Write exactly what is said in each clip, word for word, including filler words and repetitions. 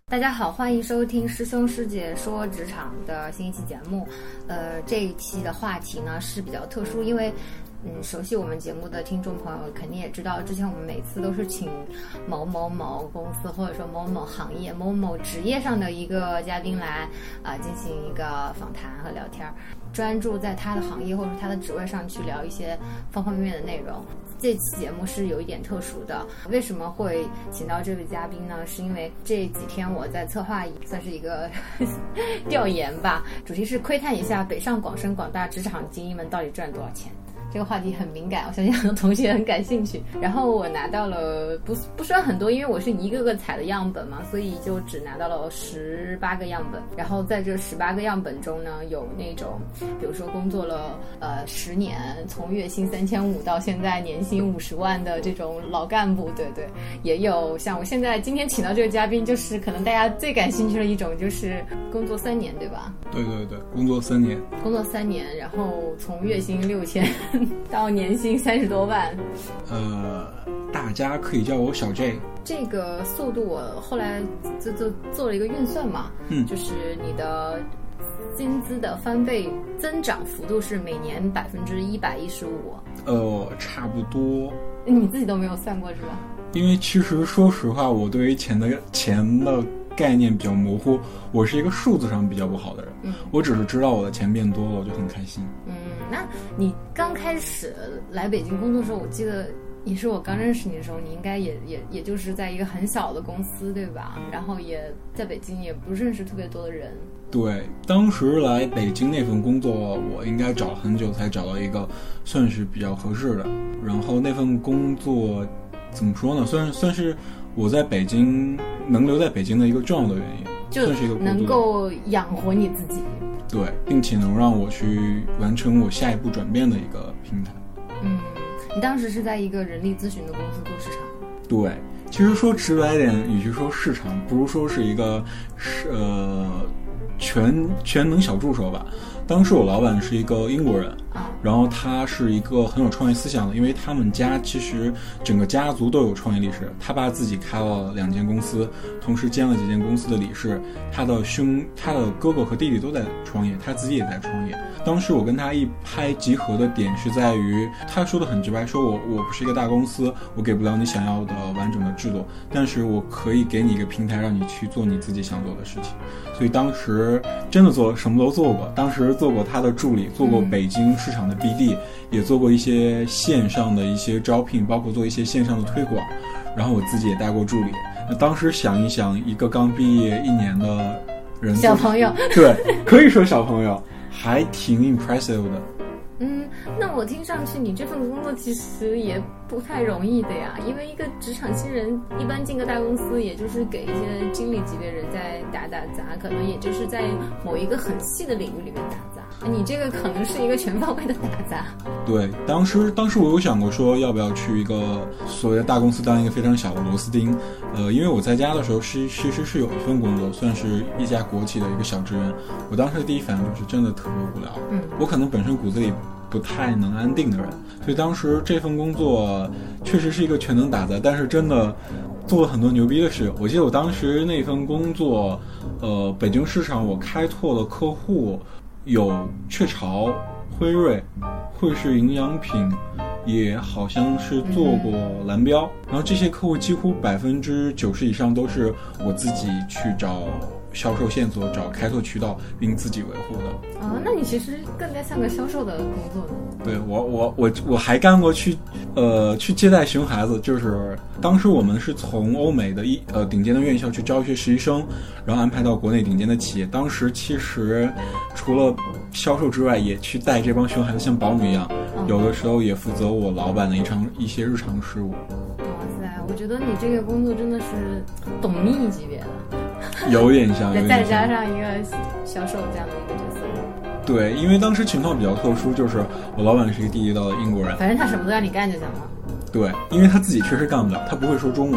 大家好，欢迎收听师兄师姐说职场的新一期节目。呃，这一期的话题呢是比较特殊，因为嗯，熟悉我们节目的听众朋友肯定也知道，之前我们每次都是请某某某公司或者说某某行业、某某职业上的一个嘉宾来啊、呃、进行一个访谈和聊天，专注在他的行业或者他的职位上去聊一些方方面面的内容。这期节目是有一点特殊的，为什么会请到这位嘉宾呢？是因为这几天我在策划算是一个调研吧，主题是窥探一下北上广深广大职场精英们到底赚多少钱。这个话题很敏感，我相信很多同学很感兴趣。然后我拿到了不不算很多，因为我是一个个采的样本嘛，所以就只拿到了十八个样本。然后在这十八个样本中呢，有那种比如说工作了呃十年，从月薪三千五到现在年薪五十万的这种老干部，对对，也有像我现在今天请到这个嘉宾，就是可能大家最感兴趣的一种，就是工作三年，对吧？ 对对对，工作三年， 工作三年，然后从月薪六千。到年薪三十多万， 呃，大家可以叫我小 J。 这个速度我后来就就做了一个运算嘛， 嗯， 就是你的薪资的翻倍增长幅度是每年百分之一百一十五。 呃，差不多。 你自己都没有算过是吧？ 因为其实说实话，我对于钱的钱的概念比较模糊，我是一个数字上比较不好的人。 嗯， 我只是知道我的钱变多了，我就很开心。 嗯，那你刚开始来北京工作的时候，我记得也是我刚认识你的时候，你应该也也也就是在一个很小的公司，对吧？然后也在北京也不认识特别多的人。 对，当时来北京那份工作，我应该找了很久才找到一个算是比较合适的。然后那份工作怎么说呢？算算是我在北京能留在北京的一个重要的原因， 就算是一个能够养活你自己。 对，并且能让我去完成我下一步转变的一个平台。 嗯，你当时是在一个人力咨询的公司做市场。 对，其实说直白点，与其说市场，不如说是一个呃全全能小助手吧。当时我老板是一个英国人，然后他是一个很有创业思想的，因为他们家其实整个家族都有创业历史。他爸自己开了两间公司，同时兼了几间公司的理事。他的兄、他的哥哥和弟弟都在创业，他自己也在创业。当时我跟他一拍即合的点是在于，他说的很直白，说我我不是一个大公司，我给不了你想要的完整的制度，但是我可以给你一个平台，让你去做你自己想做的事情。所以当时真的做什么都做过，当时做过他的助理，做过北京市场的 B D， 也做过一些线上的一些招聘，包括做一些线上的推广，然后我自己也带过助理。那当时想一想，一个刚毕业一年的人， 小朋友， 对，可以说小朋友，还挺 impressive 的。 嗯，那我听上去你这份工作其实也不太容易的呀，因为一个职场新人一般进个大公司，也就是给一些经理级别人在打打杂，可能也就是在某一个很细的领域里面打杂。你这个可能是一个全方位的打杂。 对，当时当时我有想过说要不要去一个所谓的大公司当一个非常小的螺丝钉，呃，因为我在家的时候是其实是有一份工作，算是一家国企的一个小职员。我当时的第一反应就是真的特别无聊， 嗯， 我可能本身骨子里不太能安定的人，所以当时这份工作确实是一个全能打杂，但是真的做了很多牛逼的事。我记得我当时那份工作，呃，北京市场我开拓的客户有雀巢、辉瑞、惠氏营养品，也好像是做过蓝标，然后这些客户几乎百分之九十以上都是我自己去找销售线索，找开拓渠道，并自己维护的。 哦，那你其实更加像个销售的工作呢。 对，我我我我还干过去，呃，去接待熊孩子，就是当时我们是从欧美的一呃顶尖的院校去招一些实习生，然后安排到国内顶尖的企业。当时其实除了销售之外，也去带这帮熊孩子像保姆一样， 嗯、 有的时候也负责我老板的一场一些日常事务。 哇塞，我觉得你这个工作真的是董秘级别的。 有点像， 再加上一个销售这样的一个角色。 对，因为当时情况比较特殊，就是我老板是一个地道的英国人， 反正他什么都让你干就行了。 对，因为他自己确实干不了，他不会说中文。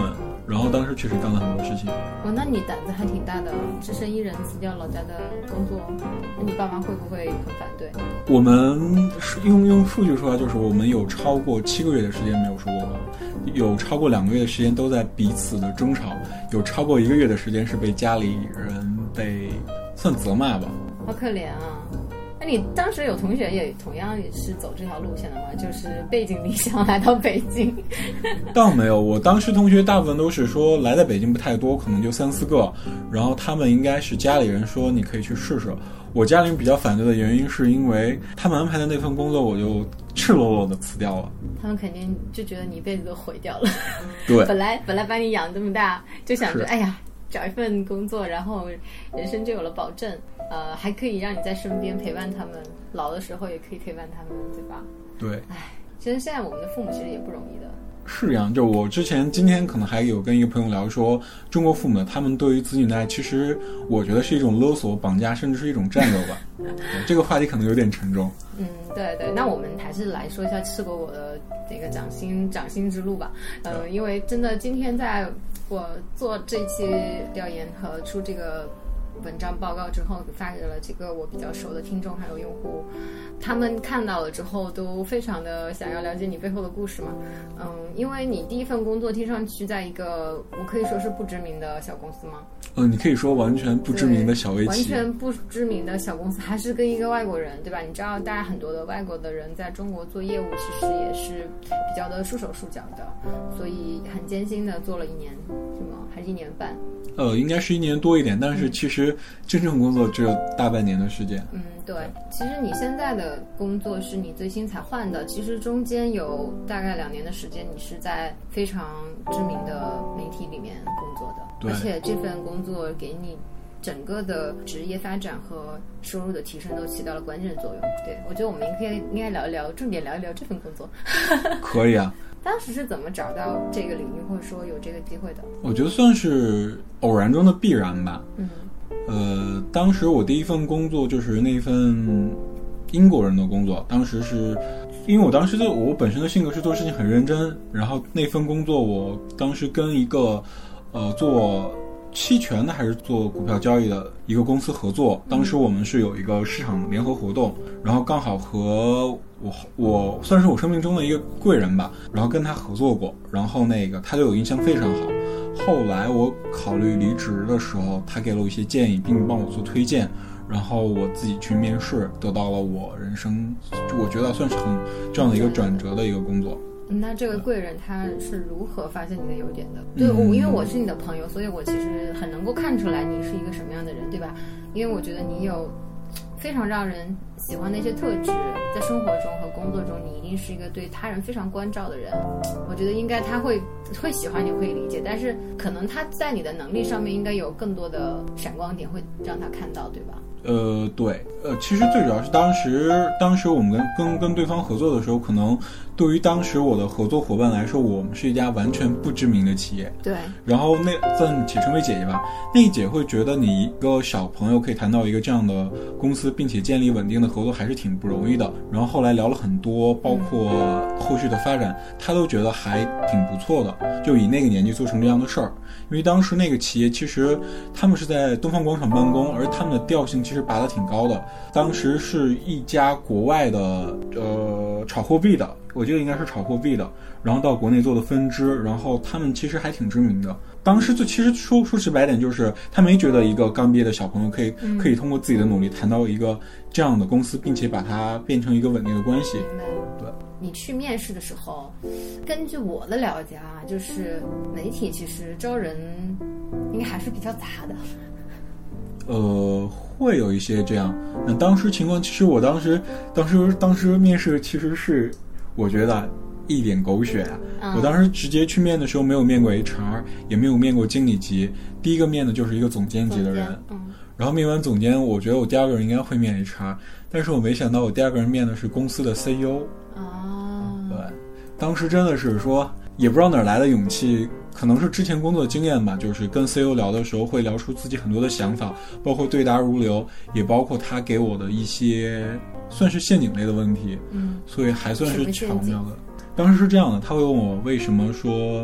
然后当时确实干了很多事情。 哦，那你胆子还挺大的，只身一人辞掉老家的工作，那你爸妈会不会很反对？ 我们用用数据说来，就是我们有超过七个月的时间没有说过话，有超过两个月的时间都在彼此的争吵，有超过一个月的时间是被家里人被算责骂吧。 好可怜啊！那你当时有同学也同样也是走这条路线的吗？就是背井离乡来到北京？ 倒没有，我当时同学大部分都是说来在北京不太多，可能就三四个，然后他们应该是家里人说你可以去试试。我家里人比较反对的原因是因为他们安排的那份工作我就赤裸裸的辞掉了。 他们肯定就觉得你一辈子都毁掉了。 对， 本来本来把你养这么大，就想着哎呀找一份工作，然后人生就有了保证，呃，还可以让你在身边陪伴他们，老的时候也可以陪伴他们，对吧？ 对。 唉，其实现在我们的父母其实也不容易的。 是这样，就我之前今天可能还有跟一个朋友聊说，中国父母他们对于子女的爱，其实我觉得是一种勒索、绑架，甚至是一种占有吧。这个话题可能有点沉重。 嗯，对对，那我们还是来说一下赤果果的这个掌心掌心之路吧。呃，因为真的今天在我做这期调研和出这个文章报告之后，发给了几个我比较熟的听众还有用户，他们看到了之后都非常的想要了解你背后的故事嘛。嗯，因为你第一份工作听上去在一个我可以说是不知名的小公司吗？ 呃，你可以说完全不知名的小微企业， 完全不知名的小公司，还是跟一个外国人，对吧？你知道大家很多的外国的人在中国做业务其实也是比较的束手束脚的，所以很艰辛的做了一年，是吗？还是一年半？ 呃，应该是一年多一点，但是其实真正工作只有大半年的时间。 嗯，对。其实你现在的工作是你最新才换的，其实中间有大概两年的时间，你是在非常知名的媒体里面工作的， 对， 而且这份工作给你整个的职业发展和收入的提升都起到了关键的作用。对，我觉得我们可以应该聊一聊，重点聊一聊这份工作。 可以啊。 当时是怎么找到这个领域，或者说有这个机会的？ 我觉得算是偶然中的必然吧。 嗯， 呃，当时我第一份工作就是那份英国人的工作，当时是因为我当时的我本身的性格是做事情很认真，然后那份工作我当时跟一个呃做期权的还是做股票交易的一个公司合作，当时我们是有一个市场联合活动，然后刚好和我我算是我生命中的一个贵人吧，然后跟他合作过，然后那个他对我印象非常好。后来我考虑离职的时候，他给了我一些建议，并帮我做推荐，然后我自己去面试，得到了我人生我觉得算是很这样的一个转折的一个工作。 那这个贵人他是如何发现你的优点的？对，我因为我是你的朋友，所以我其实很能够看出来你是一个什么样的人，对吧？因为我觉得你有非常让人喜欢的一些特质，在生活中和工作中，你一定是一个对他人非常关照的人。我觉得应该他会会喜欢你，会理解，但是可能他在你的能力上面应该有更多的闪光点，会让他看到，对吧？ 呃，对，呃，其实最主要是当时，当时我们跟跟跟对方合作的时候，可能对于当时我的合作伙伴来说，我们是一家完全不知名的企业。 对。 然后那暂且称为姐姐吧，那一姐会觉得你一个小朋友可以谈到一个这样的公司，并且建立稳定的合作，还是挺不容易的。然后后来聊了很多，包括后续的发展，她都觉得还挺不错的，就以那个年纪做成这样的事儿。因为当时那个企业其实他们是在东方广场办公，而他们的调性其实拔得挺高的。当时是一家国外的呃炒货币的，我记得应该是炒货币的，然后到国内做的分支，然后他们其实还挺知名的。当时就其实说说直白点，就是他没觉得一个刚毕业的小朋友可以、嗯、可以通过自己的努力谈到一个这样的公司，并且把它变成一个稳定的关系。对。 你去面试的时候，根据我的了解啊，就是媒体其实招人应该还是比较杂的。 呃，会有一些这样。那当时情况，其实我当时当时当时面试其实是我觉得一点狗血啊、嗯！我当时直接去面的时候，没有面过 H R， 也没有面过经理级，第一个面的就是一个总监级的人。嗯。然后面完总监，我觉得我第二个人应该会面 H R， 但是我没想到我第二个人面的是公司的 C E O。 哦。 对，当时真的是说，也不知道哪来的勇气，可能是之前工作经验吧，就是跟 C E O 聊的时候会聊出自己很多的想法，包括对答如流，也包括他给我的一些算是陷阱类的问题。 嗯。 所以还算是巧妙的。当时是这样的，他会问我为什么说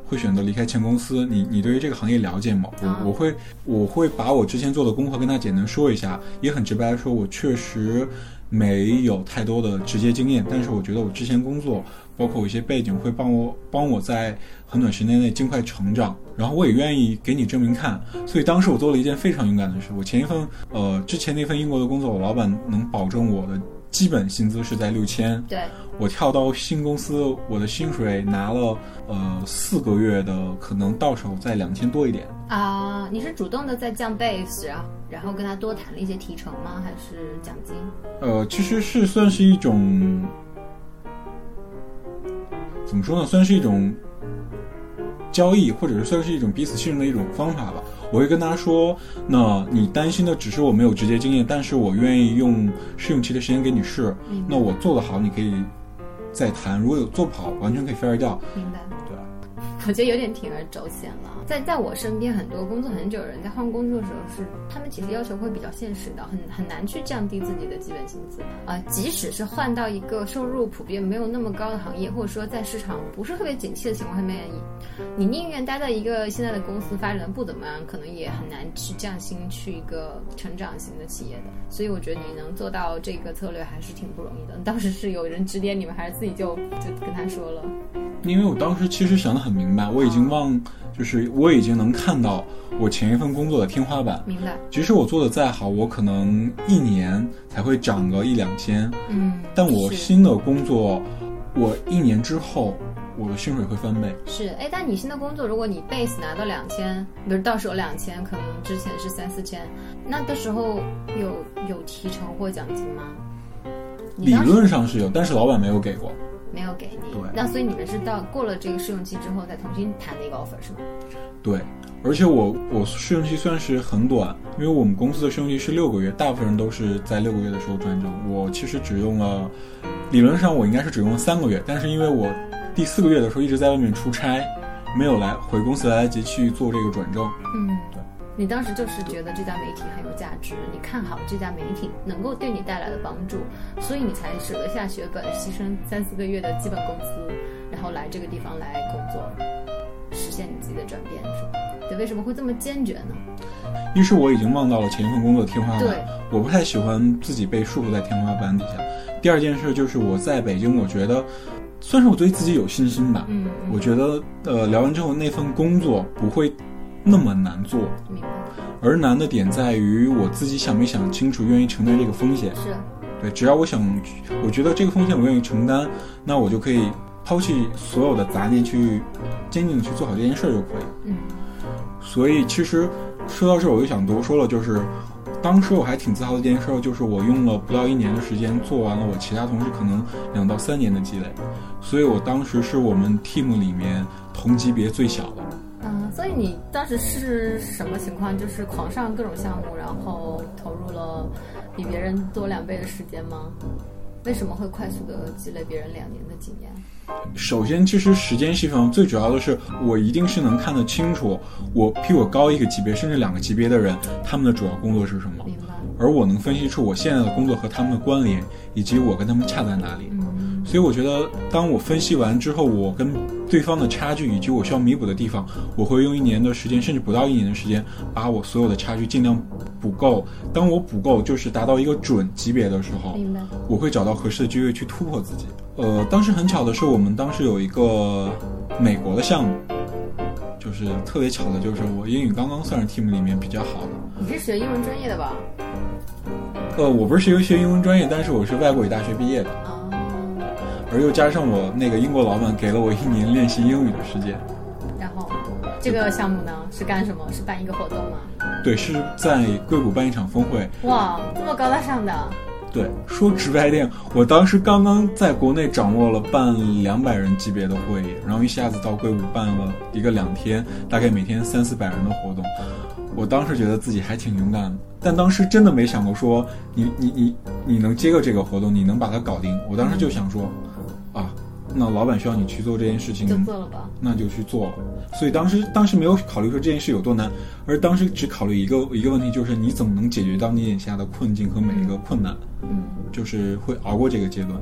会选择离开前公司，你你对于这个行业了解吗？我我会我会把我之前做的功课跟他简单说一下，也很直白的说，我确实没有太多的直接经验，但是我觉得我之前工作包括我一些背景会帮我帮我在很短时间内尽快成长，然后我也愿意给你证明看。所以当时我做了一件非常勇敢的事，我前一份呃之前那份英国的工作，我老板能保证我的基本薪资是在六千， 对，我跳到新公司，我的薪水拿了呃四个月的，可能到手在两千多一点啊、呃。你是主动的在降 base， 然后然后跟他多谈了一些提成吗？还是奖金？ 呃，其实是算是一种，怎么说呢？算是一种交易，或者是算是一种彼此信任的一种方法吧。我会跟他说，那你担心的只是我没有直接经验，但是我愿意用试用期的时间给你试。 嗯、 那我做得好，你可以再谈；如果有做不好，完全可以 fire 掉。 明白。 对啊。 我觉得有点铤而走险了。在在我身边，很多工作很久的人在换工作的时候是，他们其实要求会比较现实的，很很难去降低自己的基本薪资啊、呃。即使是换到一个收入普遍没有那么高的行业，或者说在市场不是特别景气的情况下面，你宁愿待在一个现在的公司发展的不怎么样，可能也很难去降薪去一个成长型的企业的。所以我觉得你能做到这个策略还是挺不容易的。当时是有人指点你们，还是自己就就跟他说了？ 因为我当时其实想得很明白，我已经忘，就是我已经能看到我前一份工作的天花板。 明白。 即使我做的再好，我可能一年才会涨个一两千。 嗯。 但我新的工作，我一年之后，我的薪水会翻倍。 是，哎，但你新的工作，如果你 base 拿到两千，比如到手两千，可能之前是三四千，那的时候有有提成或奖金吗？ 理论上是有，但是老板没有给过。 没有给你。 对。 那所以你们是到过了这个试用期之后再重新谈的一个 offer 是吗？ 对，而且我我试用期算是很短，因为我们公司的试用期是六个月，大部分人都是在六个月的时候转正。我其实只用了，理论上我应该是只用了三个月，但是因为我第四个月的时候一直在外面出差，没有来回公司来得及去做这个转正。 嗯， 对。 你当时就是觉得这家媒体很有价值，你看好这家媒体能够对你带来的帮助，所以你才舍得下血本，牺牲三四个月的基本工资，然后来这个地方来工作，实现你自己的转变，是吧？对，为什么会这么坚决呢？ 一是我已经望到了前一份工作的天花板， 对， 我不太喜欢自己被束缚在天花板底下。第二件事就是我在北京，我觉得算是我对自己有信心吧。 嗯， 我觉得呃聊完之后那份工作不会那么难做。 明白。 而难的点在于我自己想没想清楚，愿意承担这个风险。 是。 对，只要我想，我觉得这个风险我愿意承担，那我就可以抛弃所有的杂念，去坚定的去做好这件事就可以。 嗯。 所以其实说到这，我就想多说了，就是当时我还挺自豪的一件事，就是我用了不到一年的时间做完了我其他同事可能两到三年的积累，所以我当时是我们 team 里面同级别最小的。 嗯，所以你当时是什么情况？就是狂上各种项目，然后投入了比别人多两倍的时间吗？为什么会快速的积累别人两年的经验？ 首先，其实时间细分最主要的是，我一定是能看得清楚，我比我高一个级别甚至两个级别的人，他们的主要工作是什么。 明白。 而我能分析出我现在的工作和他们的关联，以及我跟他们差在哪里。 嗯。 所以我觉得，当我分析完之后，我跟对方的差距以及我需要弥补的地方，我会用一年的时间，甚至不到一年的时间，把我所有的差距尽量补够。当我补够，就是达到一个准级别的时候， 明白， 我会找到合适的机会去突破自己。呃，当时很巧的是，我们当时有一个美国的项目，就是特别巧的，就是我英语刚刚算是 team 里面比较好的。 你是学英文专业的吧？ 呃，我不是学学英文专业，但是我是外国语大学毕业的。 哦。 而又加上我那个英国老板给了我一年练习英语的时间。 然后，这个项目呢是干什么？是办一个活动吗？ 对，是在硅谷办一场峰会。 哇，这么高大上的。 对，说直白点，我当时刚刚在国内掌握了办两百人级别的会议，然后一下子到硅谷办了一个两天，大概每天三四百人的活动。我当时觉得自己还挺勇敢的，但当时真的没想过说你你你你能接个这个活动，你能把它搞定。我当时就想说，啊，那老板需要你去做这件事情， 就做了吧， 那就去做了。所以当时当时没有考虑说这件事有多难，而当时只考虑一个一个问题，就是你怎么能解决到你眼下的困境和每一个困难， 嗯， 就是会熬过这个阶段。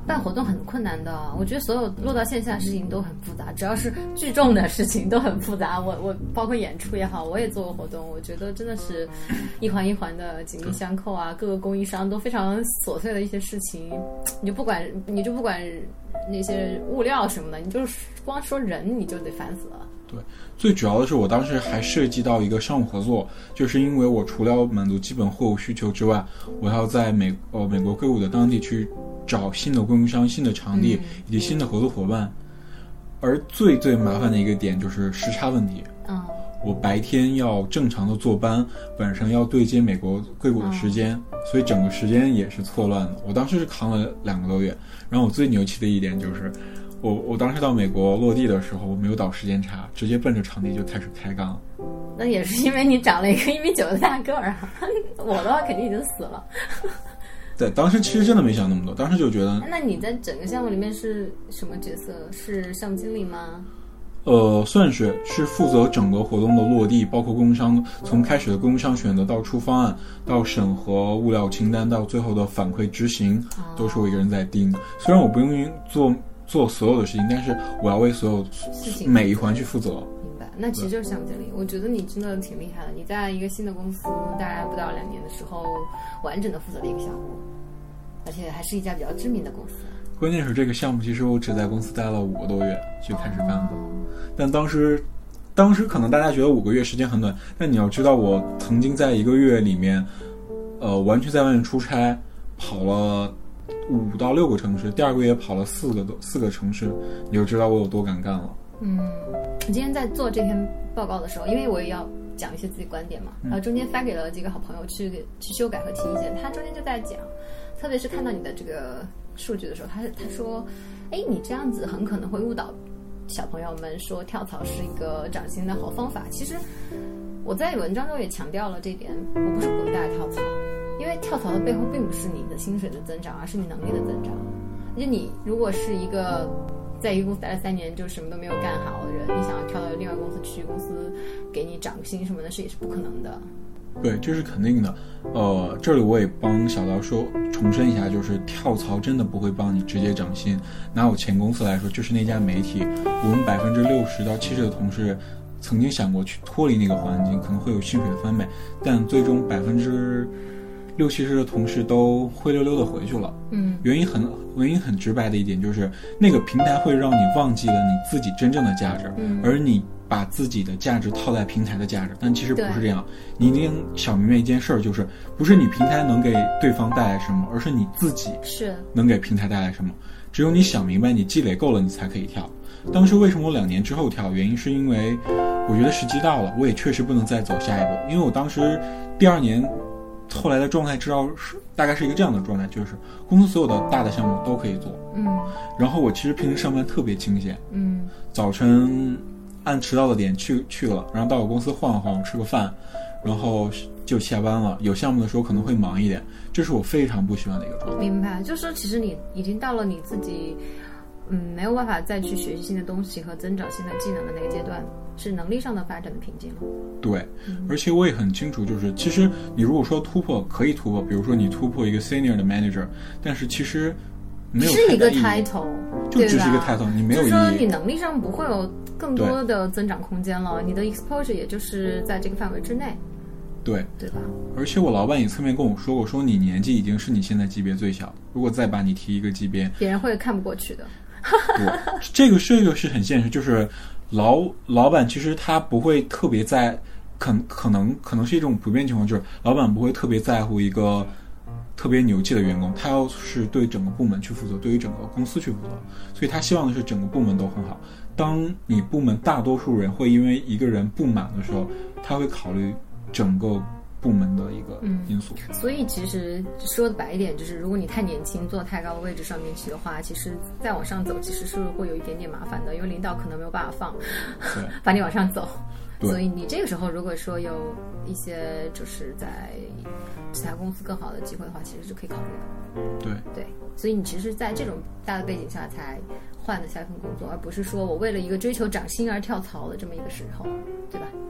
办活动很困难的，我觉得所有落到线下的事情都很复杂，只要是聚众的事情都很复杂。我我包括演出也好，我也做过活动，我觉得真的是一环一环的紧密相扣啊，各个供应商都非常琐碎的一些事情，你就不管你就不管那些物料什么的，你就是光说人你就得烦死了。 对，最主要的是我当时还涉及到一个商务合作，就是因为我除了要满足基本货物需求之外，我要在美呃美国硅谷的当地去找新的供应商、新的场地以及新的合作伙伴。而最最麻烦的一个点就是时差问题。 嗯， 我白天要正常的坐班，晚上要对接美国硅谷的时间，嗯、所以整个时间也是错乱的。我当时是扛了两个多月，然后我最牛气的一点就是。我我当时到美国落地的时候，我没有倒时间差，直接奔着场地就开始开干了。 那也是因为你长了一个一米九的大个儿啊！我的话肯定已经死了。 对，当时其实真的没想那么多，当时就觉得。 那你在整个项目里面是什么角色？是项目经理吗？ 呃，算是是负责整个活动的落地，包括供应商从开始的供应商选择到出方案，到审核物料清单，到最后的反馈执行，都是我一个人在盯。虽然我不用做。做所有的事情，但是我要为所有每一环去负责。 明白，那其实就是项目经理。我觉得你真的挺厉害的。你在一个新的公司，大概不到两年的时候，完整的负责了一个项目，而且还是一家比较知名的公司。 关键是这个项目，其实我只在公司待了五个多月就开始干的，哦、但当时，当时可能大家觉得五个月时间很短，但你要知道，我曾经在一个月里面，呃，完全在外面出差，跑了。五到六个城市，第二个月跑了四个四个城市，你就知道我有多敢干了。 嗯，我今天在做这篇报告的时候，因为我也要讲一些自己观点嘛，然后中间发给了几个好朋友去去修改和提意见，他中间就在讲，特别是看到你的这个数据的时候，他他说，哎，你这样子很可能会误导小朋友们说跳槽是一个涨薪的好方法。其实我在文章中也强调了这点，我不是鼓励大家跳槽。因为跳槽的背后并不是你的薪水的增长，而是你能力的增长。就你如果是一个在一个公司待了三年就什么都没有干好的人，你想要跳到另外公司去，公司给你涨薪什么的，是也是不可能的。 对，这是肯定的。呃，这里我也帮小刀说重申一下，就是跳槽真的不会帮你直接涨薪。拿我前公司来说，就是那家媒体，我们百分之六十到七十的同事曾经想过去脱离那个环境，可能会有薪水的翻倍，但最终百分之六七十的同事都灰溜溜的回去了。 嗯， 原因很原因很直白的一点就是，那个平台会让你忘记了你自己真正的价值， 嗯、 而你把自己的价值套在平台的价值，但其实不是这样。你一定想明白一件事儿，就是不是你平台能给对方带来什么，而是你自己是能给平台带来什么。只有你想明白，你积累够了，你才可以跳。当时为什么我两年之后跳？原因是因为我觉得时机到了，我也确实不能再走下一步。因为我当时第二年后来的状态，知道是大概是一个这样的状态，就是公司所有的大的项目都可以做， 嗯， 然后我其实平时上班特别清闲， 嗯， 早晨按迟到的点去去了，然后到我公司晃晃，吃个饭，然后就下班了。有项目的时候可能会忙一点，这是我非常不喜欢的一个状态。 明白，就是其实你已经到了你自己嗯没有办法再去学习新的东西和增长新的技能的那个阶段，是能力上的发展的瓶颈了。 对、嗯、而且我也很清楚，就是其实你如果说突破可以突破，比如说你突破一个 senior 的 manager， 但是其实没有是一个 title， 就只是一个 title， 你没有意义， 就是说你能力上不会有更多的增长空间了，你的 exposure 也就是在这个范围之内， 对对吧？ 而且我老板也侧面跟我说过，说你年纪已经是你现在级别最小，如果再把你提一个级别， 别人会看不过去的。 对，这个这个是很现实，就是老老板其实他不会特别在，可可能可能是一种普遍情况，就是老板不会特别在乎一个特别牛气的员工，他要是对整个部门去负责，对于整个公司去负责，所以他希望的是整个部门都很好。当你部门大多数人会因为一个人不满的时候，他会考虑整个部门的一个因素、 嗯、所以其实说的白一点，就是如果你太年轻坐太高的位置上面去的话，其实再往上走其实是会有一点点麻烦的，因为领导可能没有办法放把你往上走。所以你这个时候如果说有一些就是在其他公司更好的机会的话，其实是可以考虑的。 对对，所以你其实在这种大的背景下才换了下一份工作，而不是说我为了一个追求涨薪而跳槽的这么一个时候，对吧？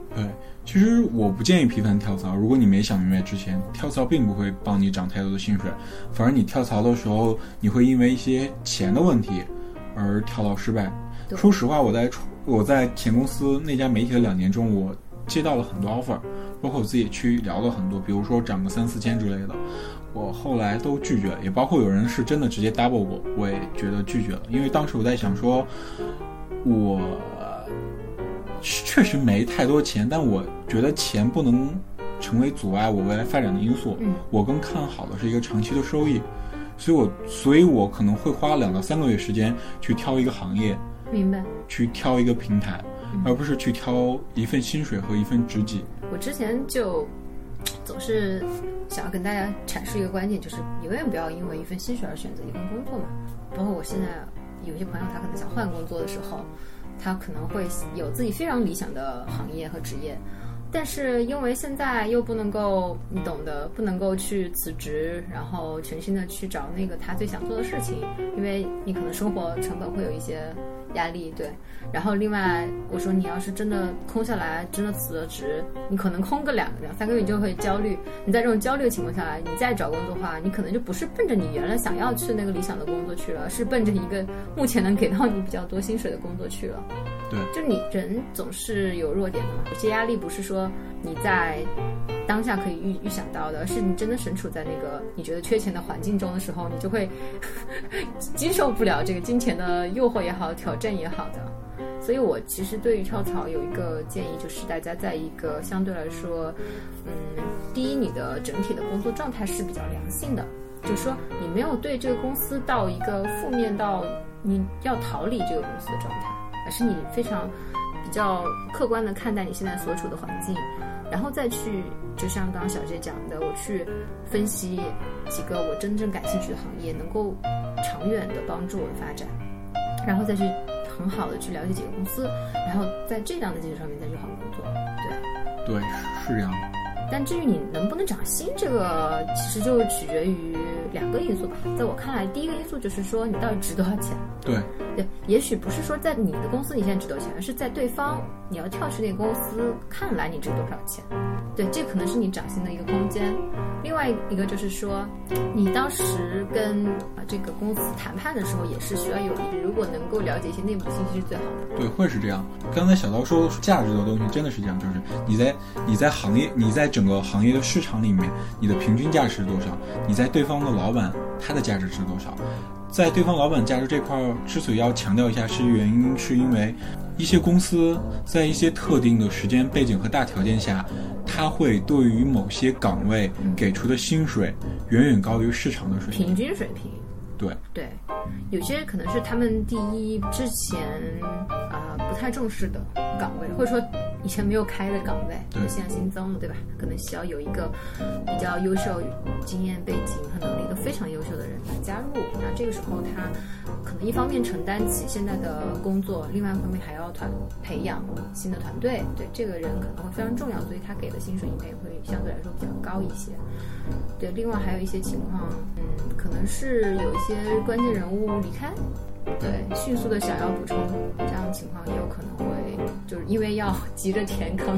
对，其实我不建议频繁跳槽。如果你没想明白之前，跳槽并不会帮你涨太多的薪水，反而你跳槽的时候，你会因为一些钱的问题而跳槽失败。说实话，我在我在前公司那家媒体的两年中，我接到了很多 offer， 包括我自己去聊了很多，比如说涨个三四千之类的，我后来都拒绝了。也包括有人是真的直接 double 我，我也觉得拒绝了。因为当时我在想说，我确实没太多钱，但我觉得钱不能成为阻碍我未来发展的因素。 嗯， 我更看好的是一个长期的收益，所以我所以我可能会花两到三个月时间去挑一个行业， 明白， 去挑一个平台，嗯，而不是去挑一份薪水和一份职级。 我之前就总是想要跟大家阐释一个观点，就是永远不要因为一份薪水而选择一份工作嘛。包括我现在有些朋友，他可能想换工作的时候，他可能会有自己非常理想的行业和职业，但是因为现在又不能够，你懂的，不能够去辞职，然后全心的去找那个他最想做的事情，因为你可能生活成本会有一些压力，对。然后另外我说，你要是真的空下来，真的辞了职，你可能空个两两三个月你就会焦虑。你在这种焦虑的情况下来，你再找工作的话，你可能就不是奔着你原来想要去那个理想的工作去了，是奔着一个目前能给到你比较多薪水的工作去了。 对， 就你人总是有弱点的嘛，有些压力不是说你在当下可以预预想到的，是你真的身处在那个你觉得缺钱的环境中的时候，你就会经受不了这个金钱的诱惑也好，挑战也好的。所以我其实对于跳槽有一个建议，就是大家在一个相对来说，嗯，第一，你的整体的工作状态是比较良性的，就是说你没有对这个公司到一个负面到你要逃离这个公司的状态，而是你非常比较客观的看待你现在所处的环境，然后再去就像刚刚小杰讲的，我去分析几个我真正感兴趣的行业，能够长远的帮助我的发展，然后再去很好的去了解几个公司，然后在这样的基础上面再去换工作。 对对，是这样的。 但至于你能不能涨薪，这个其实就取决于两个因素吧。在我看来，第一个因素就是说你到底值多少钱。 对对，也许不是说在你的公司你现在值多少钱，而是在对方你要跳去那个公司看来你值多少钱。对，这可能是你涨薪的一个空间。另外一个就是说，你当时跟这个公司谈判的时候，也是需要有一个，如果能够了解一些内部的信息是最好的。 对，会是这样。刚才小刀说价值的东西真的是这样，就是你在你在行业你在整个行业的市场里面，你的平均价值是多少？你在对方的老板他的价值是多少？在对方老板价值这块之所以要强调一下，是原因是因为一些公司在一些特定的时间背景和大条件下，它会对于某些岗位给出的薪水远远高于市场的水平， 平均水平。 对对，有些可能是他们第一之前啊、呃、不太重视的岗位，或者说以前没有开的岗位， 对， 现在新增了，对吧？可能需要有一个比较优秀、经验背景和能力都非常优秀的人来加入。那这个时候他可能一方面承担起现在的工作，另外一方面还要团培养新的团队。对，这个人可能会非常重要，所以他给的薪水应该也会相对来说比较高一些。对，另外还有一些情况，嗯，可能是有一些关键人物离开，对，迅速的想要补充，这样的情况也有可能会，就是因为要急着填坑，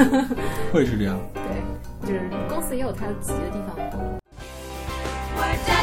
会是这样。 对，就是公司也有它急的地方。